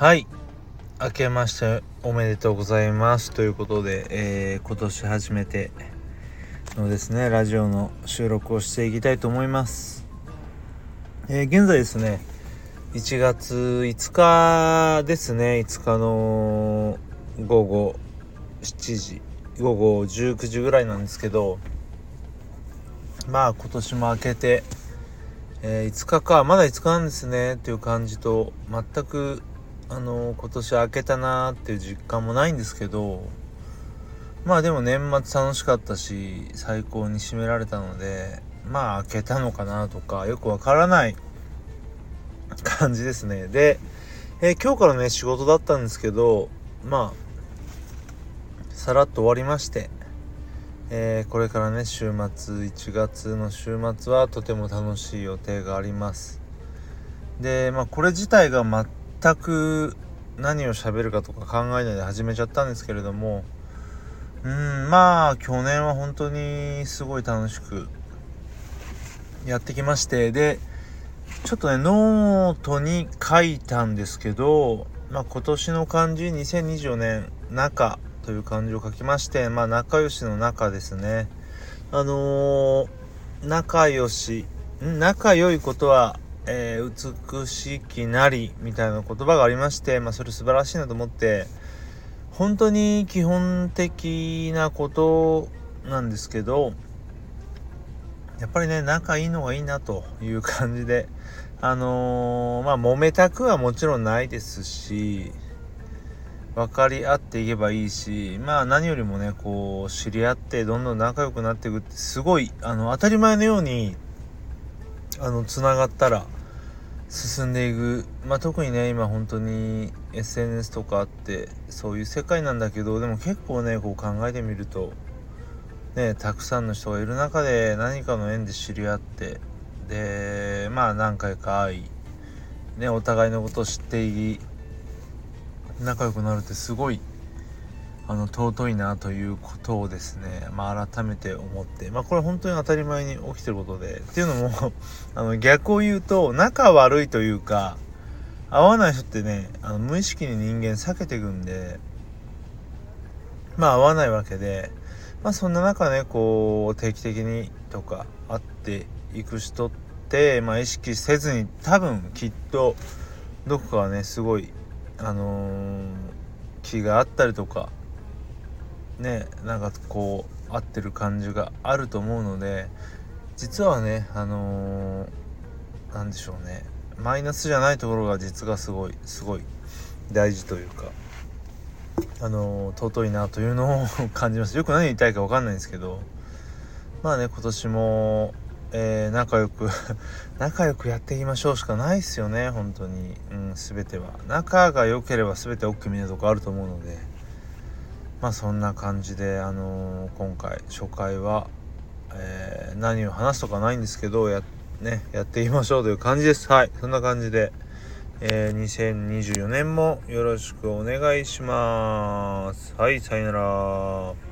はい、明けましておめでとうございますということで、今年初めてのですねラジオの収録をしていきたいと思います。現在ですね1月5日ですね。5日の午後7時午後19時ぐらいなんですけど、今年も明けて、5日かまだ5日なんですねっていう感じと、全く今年明けたなーっていう実感もないんですけど、でも年末楽しかったし最高に締められたので、明けたのかなとかよくわからない感じですね。で、今日からね仕事だったんですけど、さらっと終わりまして、これからね週末1月の週末はとても楽しい予定があります。でこれ自体が全く何を喋るかとか考えないで始めちゃったんですけれども、去年は本当にすごい楽しくやってきまして、でちょっとねノートに書いたんですけど、今年の漢字2024年中という漢字を書きまして、仲良しの中ですね。仲良し仲良いことは、美しきなりみたいな言葉がありまして、それ素晴らしいなと思って、本当に基本的なことなんですけど、やっぱりね仲いいのがいいなという感じで、揉めたくはもちろんないですし、分かり合っていけばいいし、何よりもねこう知り合ってどんどん仲良くなっていくってすごい当たり前のようにつながったら進んでいく。特にね今本当に SNS とかあってそういう世界なんだけど、でも結構ねこう考えてみるとね、たくさんの人がいる中で何かの縁で知り合って、で何回か会いね、お互いのことを知っていき仲良くなるってすごい尊いなということをですね、改めて思って、これ本当に当たり前に起きてることで、っていうのも逆を言うと仲悪いというか合わない人ってね無意識に人間避けていくんで、合わないわけで、そんな中ねこう定期的にとか会っていく人って、意識せずに多分きっとどこかはねすごい気があったりとかね、こう合ってる感じがあると思うので、実はねなんでしょうね、マイナスじゃないところが実がすごい大事というか尊いなというのを感じます。よく何言いたいか分かんないんですけど、今年も、仲良く仲良くやっていきましょうしかないですよね本当に。全ては仲が良ければ全て OK みたいなとこあると思うので、そんな感じで今回初回は、何を話すとかないんですけどやっていきましょうという感じです。はい、そんな感じで、2024年もよろしくお願いします。はい、さよなら。